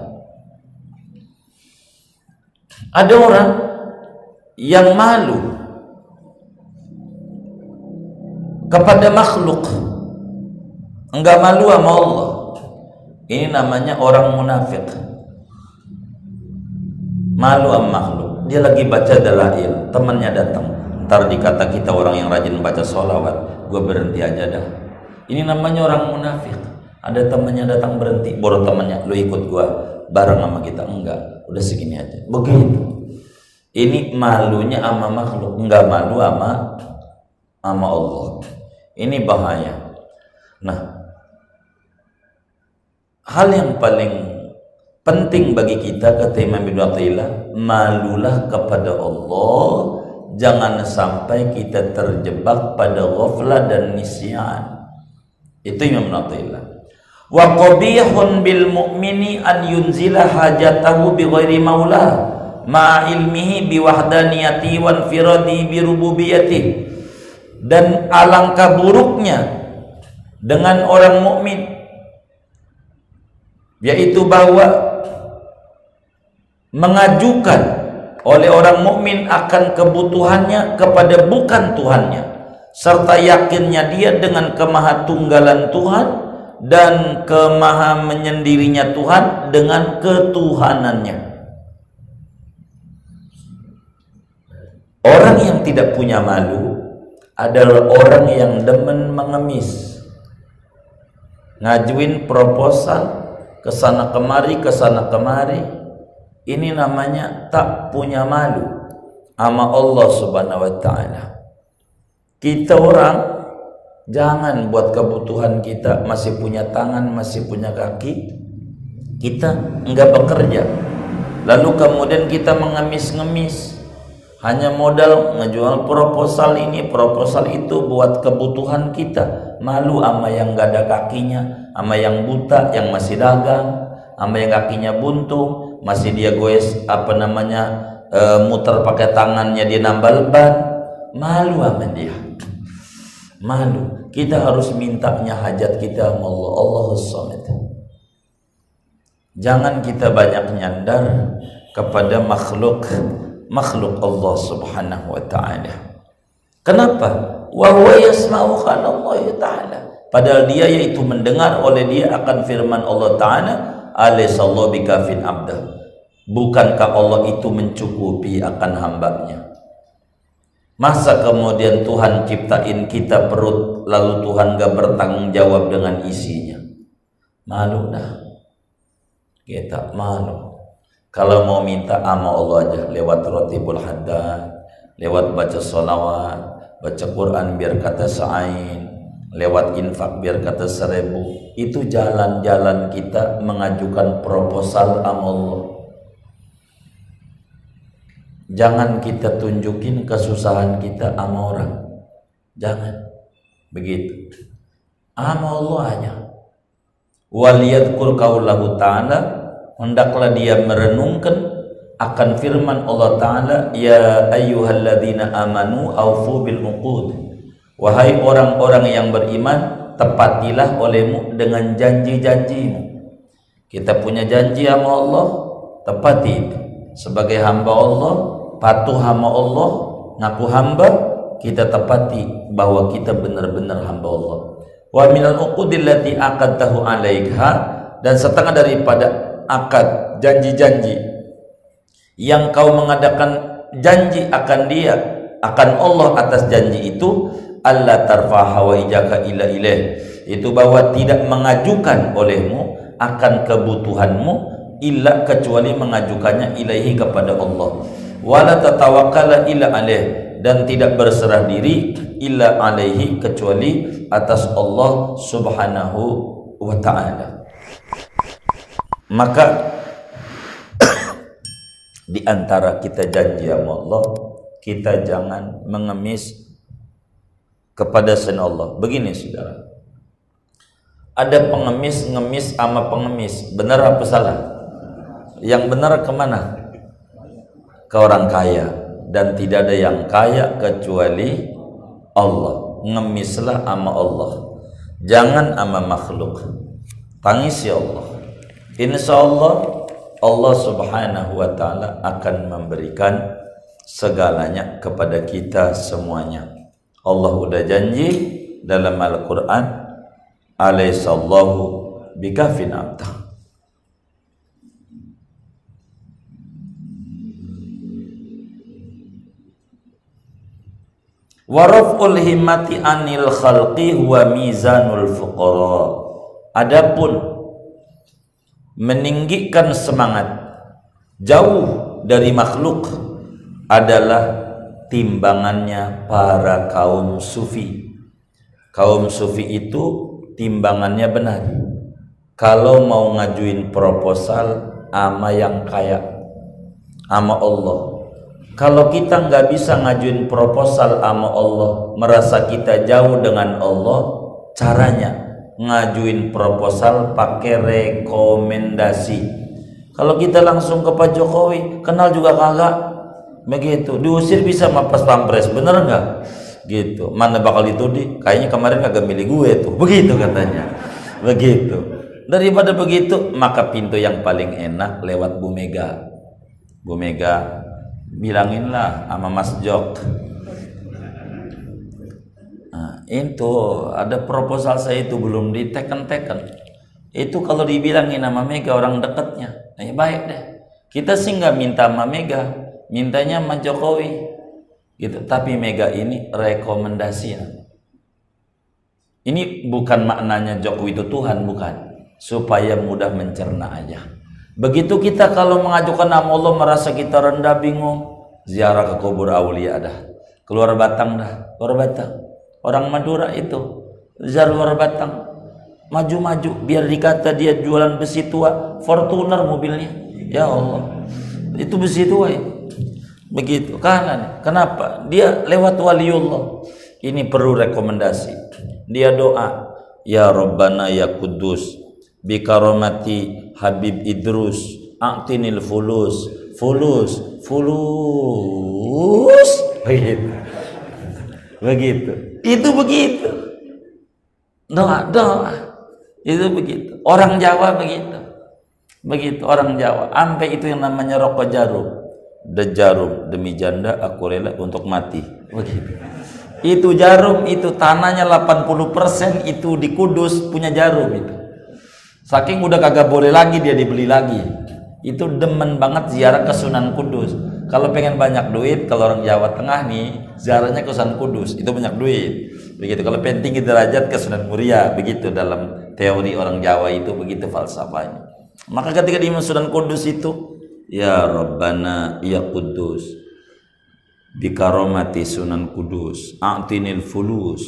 Ada orang yang malu kepada makhluk, enggak malu sama Allah. Ini namanya orang munafik, malu sama makhluk. Dia lagi baca dalail, temannya datang, ntar dikata kita orang yang rajin baca sholawat, gue berhenti aja dah. Ini namanya orang munafik. Ada temannya datang, berhenti, baru temannya, lu ikut gue bareng sama kita, enggak, udah segini aja, begitu. Ini malunya sama makhluk, enggak malu sama Allah. Ini bahaya. Nah, hal yang paling penting bagi kita, kata Imam Ibnu Athaillah, malulah kepada Allah, jangan sampai kita terjebak pada ghaflah dan nisyan. Itu Imam Ibnu Athaillah. Wa qabihun bil mu'mini an yunzila hajatahu bi ghairi maula ma ilmihi bi wahdaniyati wa infiradi bi rububiyati. Dan alangkah buruknya dengan orang mukmin, yaitu bahwa mengajukan oleh orang mukmin akan kebutuhannya kepada bukan Tuhannya, serta yakinnya dia dengan kemahatunggalan Tuhan dan kemaha menyendirinya Tuhan dengan ketuhanannya. Orang yang tidak punya malu adalah orang yang demen mengemis, ngajuin proposal kesana kemari. Ini namanya tak punya malu sama Allah Subhanahu wa ta'ala. Kita orang jangan buat kebutuhan kita, masih punya tangan, masih punya kaki, kita enggak bekerja, lalu kemudian kita mengemis-ngemis, hanya modal ngejual proposal ini, proposal itu buat kebutuhan kita. Malu sama yang gak ada kakinya, sama yang buta, yang masih dagang, sama yang kakinya buntung, masih dia goes muter pakai tangannya, dia nambal ban. Malu sama dia, malu. Kita harus mintanya hajat kita sama Allah, Allahus Samad. Jangan kita banyak nyandar kepada makhluk Allah Subhanahu wa ta'ala. Kenapa? Wa huwa yasma'u khalallahu ta'ala. padahal dia yaitu mendengar oleh dia akan firman Allah Ta'ala, alaysallahu bikafin abdah, bukankah Allah itu mencukupi akan hambanya? Masa kemudian Tuhan ciptain kita perut, lalu Tuhan gak bertanggung jawab dengan isinya? Malu dah kita, malu. Kalau mau minta sama Allah aja, lewat rotibul haddad, lewat baca sholawat, baca Quran biar kata sa'ain, lewat infak biar kata 1000. Itu jalan-jalan kita mengajukan proposal sama Allah. Jangan kita tunjukin kesusahan kita sama orang, jangan begitu, sama Allah aja. Waliyadkur qaulahu ta'ala, hendaklah dia merenungkan akan firman Allah Ta'ala, ya ayyuhalladzina amanu aufu bil uqud, wahai orang-orang yang beriman, tepatilah olehmu dengan janji-janjimu. Kita punya janji sama Allah, tepati itu. Sebagai hamba Allah, patuh sama Allah, ngaku hamba, kita tepati bahwa kita benar-benar hamba Allah. Wa minal uqudil lati aqadtahu 'alaika, dan setengah daripada akad, janji-janji yang kau mengadakan janji akan dia, akan Allah atas janji itu, alla tarfa hawaijaka ila ilaih, itu bahwa tidak mengajukan olehmu akan kebutuhanmu illa kecuali mengajukannya ilaihi kepada Allah, wala tatawakkala illa alaih, dan tidak berserah diri illa alaihi kecuali atas Allah subhanahu wa ta'ala. Maka di antara kita janji sama Allah, kita jangan mengemis kepada selain Allah. Begini saudara, ada pengemis ngemis sama pengemis, benar apa salah? Yang benar kemana? Ke orang kaya, dan tidak ada yang kaya kecuali Allah. Ngemislah sama Allah, jangan sama makhluk. Tangis ya Allah. Insya Allah Allah subhanahu wa ta'ala akan memberikan segalanya kepada kita semuanya. Allah udah janji dalam Al-Quran, alaysallahu bikafin abdah. Waraf'ul himmati anil khalqi huwa mizanul fuqara. Adapun meninggikan semangat jauh dari makhluk adalah timbangannya para kaum sufi. Kaum sufi itu timbangannya benar. Kalau mau ngajuin proposal ama yang kaya, ama Allah. Kalau kita nggak bisa ngajuin proposal sama Allah, merasa kita jauh dengan Allah, caranya ngajuin proposal pakai rekomendasi. Kalau kita langsung ke Pak Jokowi, kenal juga kagak, begitu, diusir bisa mapas pampres, bener nggak? Gitu, mana bakal ditudih? Kayaknya kemarin kagak milih gue tuh, begitu katanya, begitu. Daripada begitu, maka pintu yang paling enak lewat Bu Mega. Bu Mega, bilanginlah sama Mas Jok, nah, itu ada proposal saya itu belum diteken-teken. Itu kalau dibilangin sama Mega orang dekatnya, nah, baik deh. Kita sih nggak minta sama Mega, mintanya sama Jokowi gitu. Tapi Mega ini rekomendasi. Ini bukan maknanya Jokowi itu Tuhan, bukan, supaya mudah mencerna aja. Begitu kita kalau mengajukan nama Allah merasa kita rendah, bingung, ziarah ke kubur aulia dah, keluar Batang dah, keluar Batang. Orang Madura itu ziarah luar Batang, maju-maju biar dikata dia jualan besi tua, Fortuner mobilnya. Ya Allah, itu besi tua itu. Begitu karena kenapa? Dia lewat waliullah. Ini perlu rekomendasi. Dia doa, ya Rabbana ya Kudus, bikaromati Habib Idrus, a'tinil fulus, begitu, begitu, itu begitu, doa, itu begitu. Orang Jawa begitu, begitu orang Jawa. Sampai itu yang namanya rokok jarum, jarum demi janda aku rela untuk mati, begitu. Itu jarum, itu tanahnya 80% itu di Kudus punya jarum itu. Saking udah kagak boleh lagi dia dibeli lagi. Itu demen banget ziarah ke Sunan Kudus. Kalau pengen banyak duit, kalau orang Jawa Tengah nih, ziarahnya ke Sunan Kudus, itu banyak duit. Begitu. Kalau pengen tinggi derajat ke Sunan Muria, begitu dalam teori orang Jawa itu, begitu falsafahnya. Maka ketika di Sunan Kudus itu, ya Rabbana ya Kudus, bikaromati Sunan Kudus, a'tinil fulus.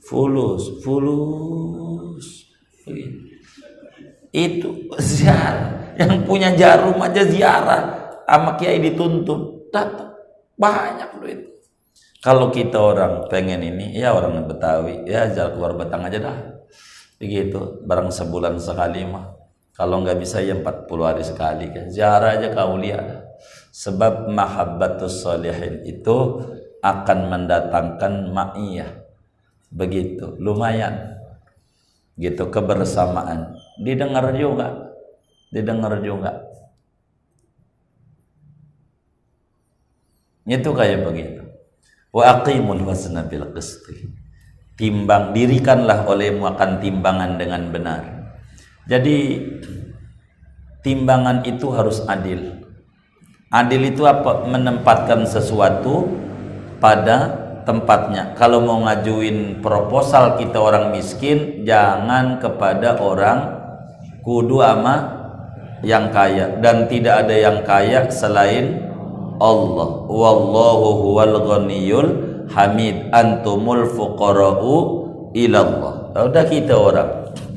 Itu ziarah. Yang punya jarum aja ziarah, sama kiai dituntut, datang banyak duit. Kalau kita orang pengen ini, ya orang Betawi, ya jalan keluar Batang aja dah. Begitu, barang sebulan sekali mah. Kalau nggak bisa ya 40 hari sekali kan. Ziarah aja ke aulia. Sebab mahabbatus sholihin itu akan mendatangkan ma'iyah. Begitu, lumayan. Gitu, kebersamaan. Didengar juga. Itu kayak begitu. Wa aqimul wazna bil qisti. Timbang, dirikanlah olehmu akan timbangan dengan benar. Jadi timbangan itu harus adil. Adil itu apa? Menempatkan sesuatu pada tempatnya. Kalau mau ngajuin proposal kita orang miskin, jangan kepada orang kudu ama yang kaya, dan tidak ada yang kaya selain Allah. Wallahu huwal ghaniyul hamid, antumul fuqara'u ilallah. Udah kita orang.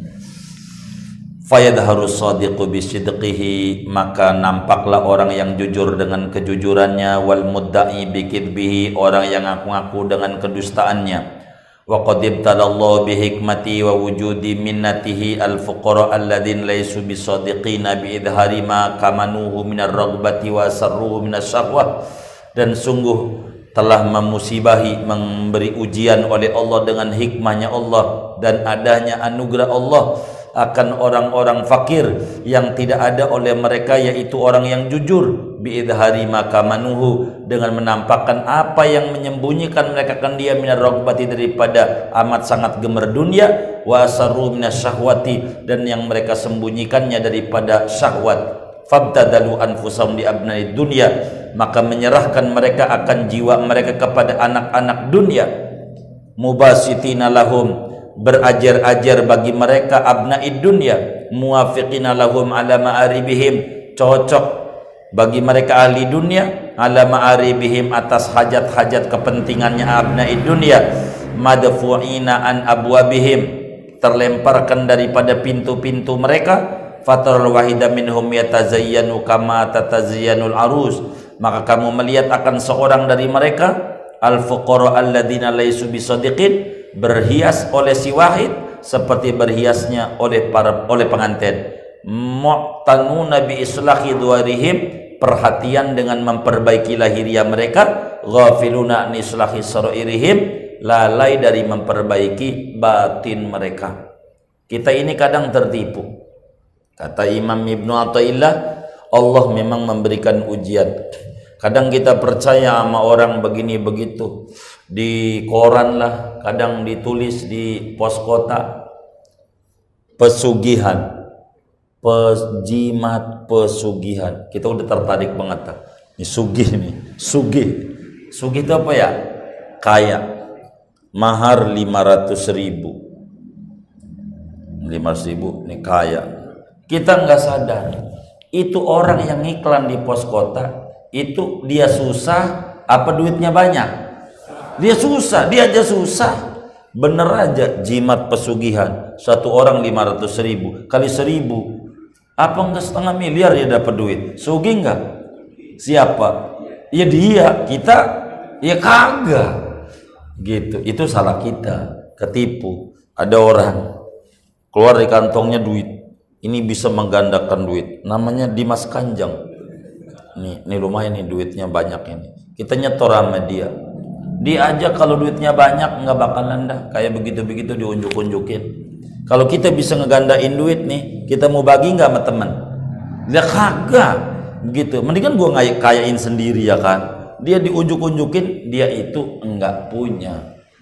Fayadharu shadiqu bisidqihi, maka nampaklah orang yang jujur dengan kejujurannya, wal mudda'i bikidbihi, orang yang ngaku-ngaku dengan kedustaannya. Wa qad ibtalallahu bihikmati wa wujudi minnatihi al-fuqara alladzina laysu bisadiqina bi idhari ma kamanuhu minar raghbati wa sarruhu minas syahwah. Dan sungguh telah memusibahi, memberi ujian oleh Allah dengan hikmahnya Allah dan adanya anugerah Allah akan orang-orang fakir yang tidak ada oleh mereka, yaitu orang yang jujur biidhari makamanuhu, dengan menampakkan apa yang menyembunyikan mereka kan dia minar raghbati, daripada amat sangat gemar dunia, wa asarru minasyahwati, dan yang mereka sembunyikannya daripada syahwat. Fabtadalu anfusahum di abnai dunya, maka menyerahkan mereka akan jiwa mereka kepada anak-anak dunia. Mubasitina lahum, berajar-ajar bagi mereka abnaid dunya, muwafiqina lahum ala ma'aribihim, cocok bagi mereka ahli dunia, ala ma'aribihim, atas hajat-hajat kepentingannya abnaid dunya, madfu'ina an abwabihim, terlemparkan daripada pintu-pintu mereka. Fatarul wahida minhum yatazayyanu kama tatazayyanul arus, maka kamu melihat akan seorang dari mereka, al-fuqara alladzina laysu bisadiqin, berhias oleh si wahid seperti berhiasnya oleh pengantin. Mu'tanuna bi islahi duwarihim, perhatian dengan memperbaiki lahiriah mereka. Ghafiluna an islahi sarairihim, lalai dari memperbaiki batin mereka. Kita ini kadang tertipu. Kata Imam Ibnu Athaillah, Allah memang memberikan ujian. Kadang kita percaya sama orang begini begitu, di koran lah, kadang ditulis di pos kota, pesugihan, pejimat pesugihan. Kita udah tertarik banget. Ini sugih nih, sugih. Sugih itu apa ya? Kaya. Mahar 500.000. 500.000 nih kaya. Kita nggak sadar, itu orang yang iklan di pos kota itu dia susah apa duitnya banyak? Dia susah, dia aja susah. Bener aja, jimat pesugihan, satu orang 500.000 kali 1.000, apa enggak setengah miliar ya dapat duit? Sugih enggak? Siapa? Ya dia, kita ya kagak. Gitu, itu salah kita, ketipu. Ada orang keluar dari kantongnya duit, ini bisa menggandakan duit, namanya Dimas Kanjeng. Nih lumayan nih duitnya banyak ini. Kita nyetor sama dia. Dia aja kalau duitnya banyak nggak bakalan dah kayak begitu-begitu diunjuk-unjukin. Kalau kita bisa ngegandain duit nih, kita mau bagi nggak sama teman? Dia kagak begitu. Mendingan gua kayain sendiri ya kan. Dia diunjuk-unjukin, dia itu enggak punya.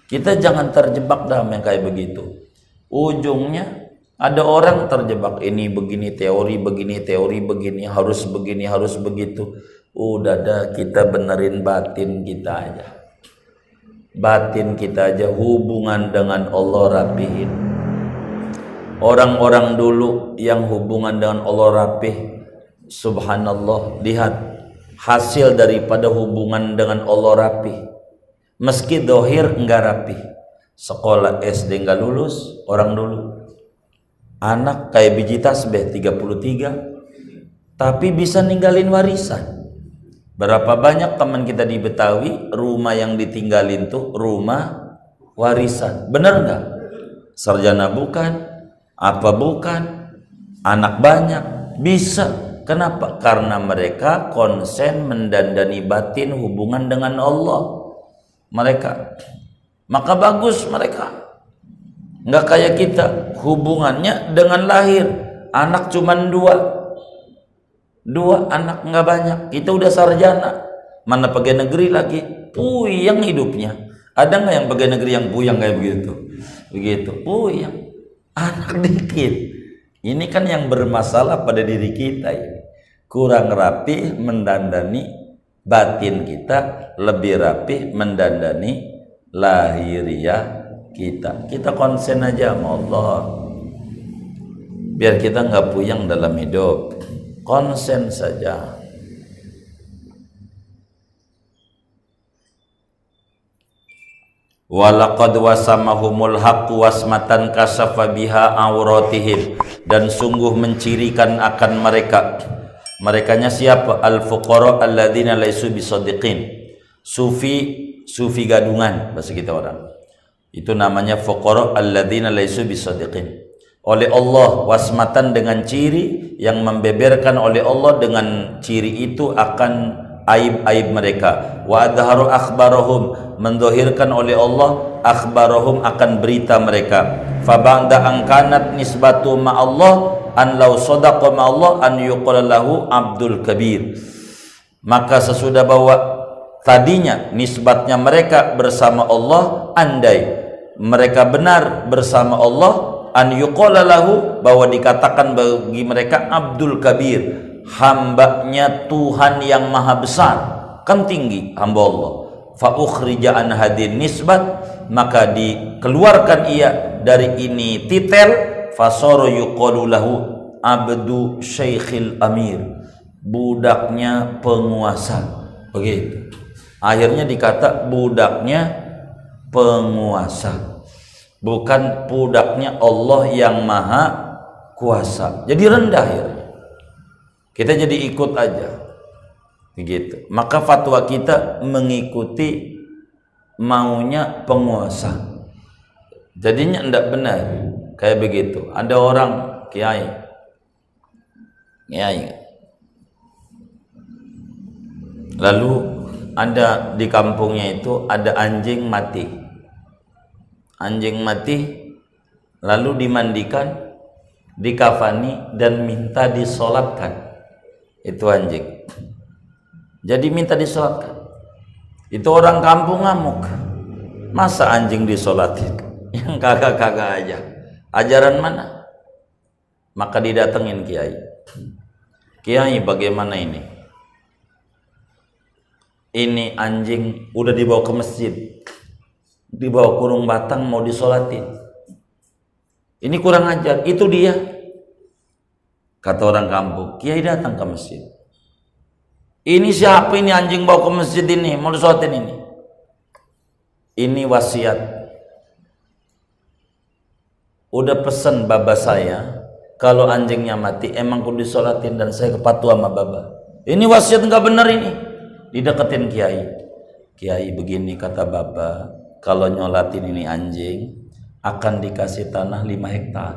Kita jangan terjebak dalam yang kayak begitu. Ujungnya ada orang terjebak, ini begini teori begini, harus begini, harus begitu. Udah dah, kita benerin batin kita aja. Batin kita aja, hubungan dengan Allah rapihin. Orang-orang dulu yang hubungan dengan Allah rapih, subhanallah, lihat hasil daripada hubungan dengan Allah rapih. Meski dohir enggak rapih, sekolah SD enggak lulus orang dulu, anak kayak biji tasbih 33, tapi bisa ninggalin warisan. Berapa banyak teman kita di Betawi rumah yang ditinggalin tuh rumah warisan, bener nggak? Sarjana bukan, apa bukan, anak banyak, bisa. Kenapa? Karena mereka konsen mendandani batin hubungan dengan Allah mereka. Maka bagus mereka, nggak kayak kita hubungannya dengan lahir, anak cuman dua anak, nggak banyak. Kita udah sarjana, mana pegawai negeri lagi, puyeng hidupnya. Ada nggak yang pegawai negeri yang puyeng kayak begitu puyeng, anak dikit. Ini kan yang bermasalah pada diri kita ini, kurang rapi mendandani batin kita, lebih rapi mendandani lahiriah kita. Kita konsen aja sama Allah, biar kita nggak puyeng dalam hidup. Konsen saja. Walaqad wasamahumul haqqu wasmatan kasafa biha auratihim, dan sungguh mencirikan akan mereka. Merekanya siapa? Al-fuqara alladzina laisu bisadiqin. Sufi gadungan bahasa kita orang. Itu namanya fuqara alladzina laisu bisadiqin. Oleh Allah wasmatan, dengan ciri yang membeberkan oleh Allah, dengan ciri itu akan aib-aib mereka. Wa adharu akhbarahum, mendohirkan oleh Allah akhbarahum, akan berita mereka. Fa ba'da an kanat nisbatu ma Allah an law sadaqa ma Allah an yuqala lahu Abdul Kabir. Maka sesudah bahwa tadinya nisbatnya mereka bersama Allah, andai mereka benar bersama Allah, an yuqala lahu, bahwa dikatakan bagi mereka Abdul Kabir, hambanya Tuhan yang maha besar, kan tinggi hamba Allah. Fa ukhrija an hadin nisbat, maka dikeluarkan ia dari ini titel, fasara yuqalu lahu abdu syekhil amir, budaknya penguasa. Begitu, akhirnya dikata budaknya penguasa, bukan budaknya Allah yang maha kuasa. Jadi rendah ya, kita jadi ikut aja begitu. Maka fatwa kita mengikuti maunya penguasa, jadinya tidak benar kayak begitu. Ada orang kiai lalu ada di kampungnya itu ada anjing mati, lalu dimandikan, dikafani, dan minta disolatkan. Itu anjing, jadi minta disolatkan. Itu orang kampung ngamuk, masa anjing disolatin? Yang kagak-kagak aja, ajaran mana? Maka didatengin kiai, bagaimana ini? Ini anjing udah dibawa ke masjid, dibawa kurung batang, mau disolatin. Ini kurang ajar. Itu dia, kata orang kampung. Kiai datang ke masjid, ini siapa ini anjing bawa ke masjid ini, mau disolatin ini? Ini wasiat, udah pesen baba saya, kalau anjingnya mati emang kudu disolatin, dan saya kepatuh sama baba. Ini wasiat nggak benar ini. Dideketin kiai, begini kata baba, kalau nyolatin ini anjing akan dikasih tanah 5 hektar.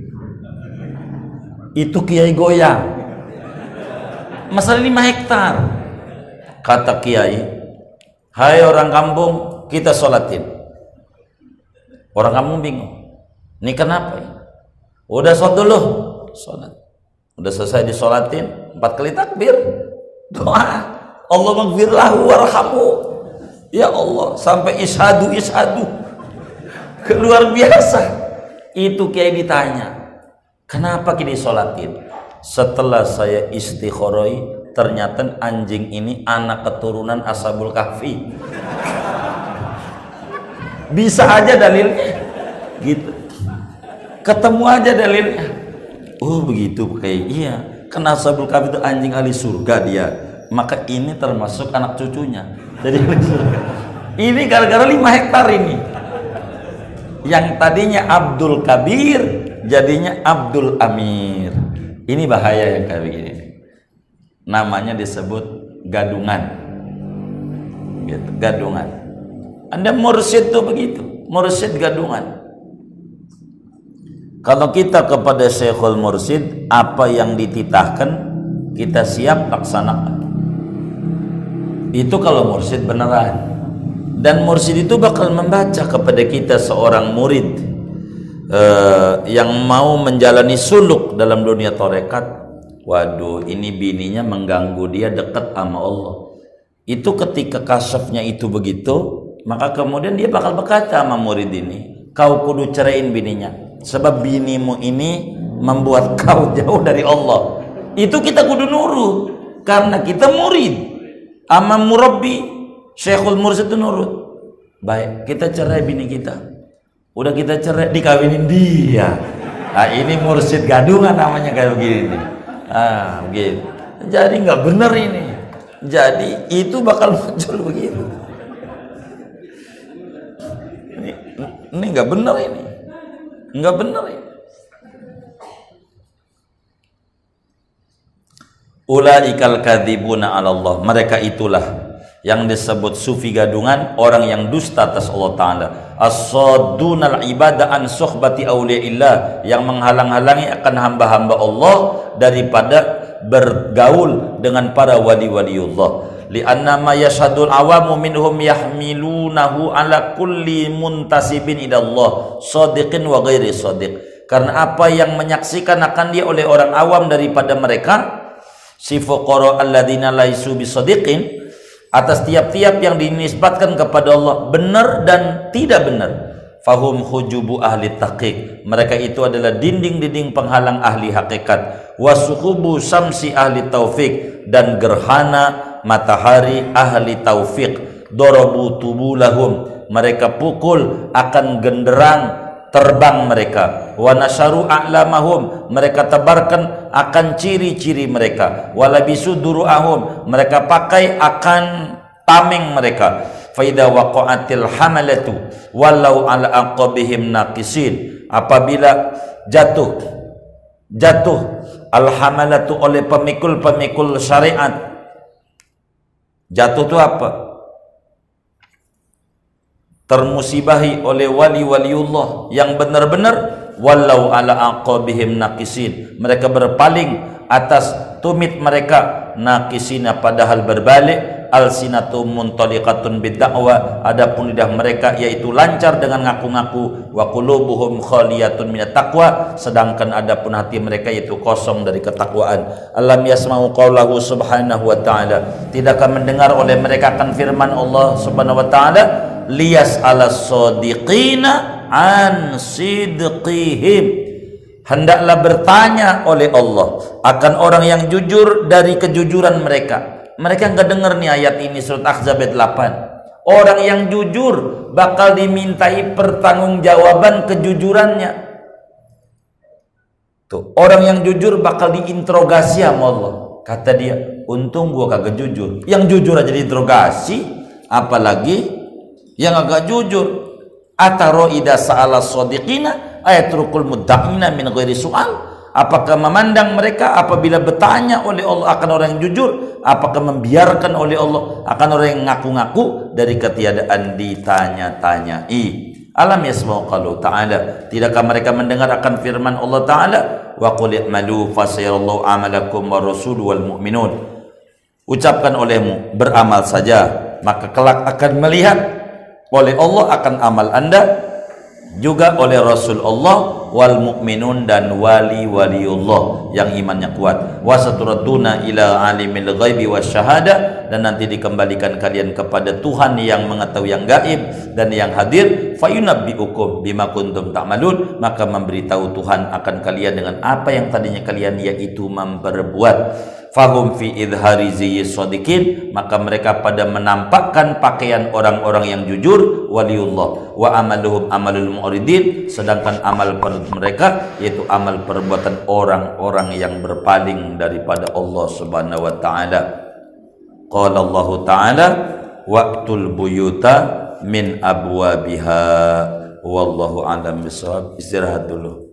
Itu kiai goyang, masalah 5 hektar. Kata kiai, hai orang kampung, kita sholatin. Orang kampung bingung, ini kenapa ya? Udah sholat dulu, sholat. Udah selesai disolatin, 4 kali takbir, doa, Allah maghfir lahu warhamu, ya Allah, sampai ishadu Luar biasa. Itu kiai ditanya, kenapa kini sholatin? Setelah saya istikharoi, ternyata anjing ini anak keturunan Ashabul Kahfi. Bisa aja dalilnya gitu, ketemu aja dalilnya. Oh begitu kayak iya, karena Ashabul Kahfi itu anjing ahli surga dia, maka ini termasuk anak cucunya jadi ahli surga. Ini gara-gara 5 hektar ini, yang tadinya Abdul Kabir jadinya Abdul Amir. Ini bahaya yang kayak begini, namanya disebut gadungan gitu, gadungan. Anda mursyid tuh begitu, mursyid gadungan. Kalau kita kepada Syekhul Mursyid, apa yang dititahkan kita siap laksanakan. Itu kalau mursyid beneran. Dan mursyid itu bakal membaca kepada kita seorang murid yang mau menjalani suluk dalam dunia tarekat. Waduh, ini bininya mengganggu dia dekat sama Allah. Itu ketika kasyafnya itu begitu, maka kemudian dia bakal berkata sama murid ini, kau kudu ceraiin bininya, sebab binimu ini membuat kau jauh dari Allah. Itu kita kudu nurut, karena kita murid sama murabbi. Syekhul Mursyid itu nurut. Baik, kita cerai bini kita. Udah kita cerai, dikawinin dia. Nah, ini mursyid gadungan namanya kayak begini nih. Ah, begitu. Jadi nggak bener ini. Jadi itu bakal muncul begitu. Ini nggak bener ini. Nggak bener ini. Ulaikal kadzibuna 'ala Allah. Mereka itulah yang disebut sufi gadungan, orang yang dusta atas Allah Ta'ala. As-saddunal ibadah an suhbati awliyaillah, yang menghalang-halangi akan hamba-hamba Allah daripada bergaul dengan para wali-waliullah. Li'anna ma yashhadul awamu minhum yahmilunahu ala kulli muntasibin idallah sadiqin wa ghairi sadiq. Karena apa yang menyaksikan akan dia oleh orang awam daripada mereka, si fuqara alladzina laisu bisadiqin, atas tiap-tiap yang dinisbatkan kepada Allah benar dan tidak benar. Fahum hujubu ahli taqiq, mereka itu adalah dinding-dinding penghalang ahli hakikat. Wasuhubu samsi ahli taufik, dan gerhana matahari ahli taufik. Dorobu tubulahum, mereka pukul akan genderang terbang mereka. Wa nasyaru a'lamahum, mereka tebarkan akan ciri-ciri mereka. Walabisu duru'ahum, mereka pakai akan tameng mereka. Faida waqa'atil hamalatu walau ala aqabihim naqisin, apabila jatuh al hamalatu oleh pemikul-pemikul syariat. Jatuh itu apa? Termusibahi oleh wali-waliullah yang benar-benar, walau ala aqabihim naqisin, mereka berpaling atas tumit mereka, naqisina padahal berbalik, alsinatum muntaliqatun bidda'wa, adapun lidah mereka yaitu lancar dengan ngaku-ngaku, wa qulubuhum khaliyatun minat taqwa, sedangkan adapun hati mereka yaitu kosong dari ketakwaan. Alam yasma'u qaulahu subhanahu wa ta'ala, tidakkah mendengar oleh mereka akan firman Allah subhanahu wa ta'ala, liyas ala sadiqina an sidqihim, hendaklah bertanya oleh Allah akan orang yang jujur dari kejujuran mereka. Mereka nggak dengar nih ayat ini, surat Ahzab ayat 8. Orang yang jujur bakal dimintai pertanggungjawaban kejujurannya. Tuh, orang yang jujur bakal diinterogasi sama Allah. Kata dia, untung gua kagak jujur. Yang jujur aja diinterogasi, apalagi yang agak jujur. Ataro ida sa'ala shadiqina ayatrukul mudda'ina min ghairi su'al. Apakah memandang mereka apabila bertanya oleh Allah akan orang yang jujur, apakah membiarkan oleh Allah akan orang yang ngaku-ngaku dari ketiadaan ditanya-tanyai. Alam yasma'u qalu ta'ala, tidakkah mereka mendengar akan firman Allah Ta'ala, wa qul i'malu fasayarallahu amalakum wa rasuluhu wal mu'minun, ucapkan olehmu, beramal saja, maka kelak akan melihat oleh Allah akan amal anda, juga oleh Rasulullah, wal mukminun, dan wali-waliullah yang imannya kuat. Wasaturaduna ila alimil ghaibi wasyahada, dan nanti dikembalikan kalian kepada Tuhan yang mengetahui yang gaib dan yang hadir. Fayunabbiukum bima kuntum ta'malun, maka memberitahu Tuhan akan kalian dengan apa yang tadinya kalian yaitu memperbuat. Fahum fi idhari ziyyis shadiqin, maka mereka pada menampakkan pakaian orang-orang yang jujur, waliullah. Wa amaluhum amalul mu'ridin, sedangkan amal mereka yaitu amal perbuatan orang-orang yang berpaling daripada Allah Subhanahu wa taala. Qala Allah taala waqtul buyuta min abwabiha wallahu a'lam bishawab. Istirahat dulu.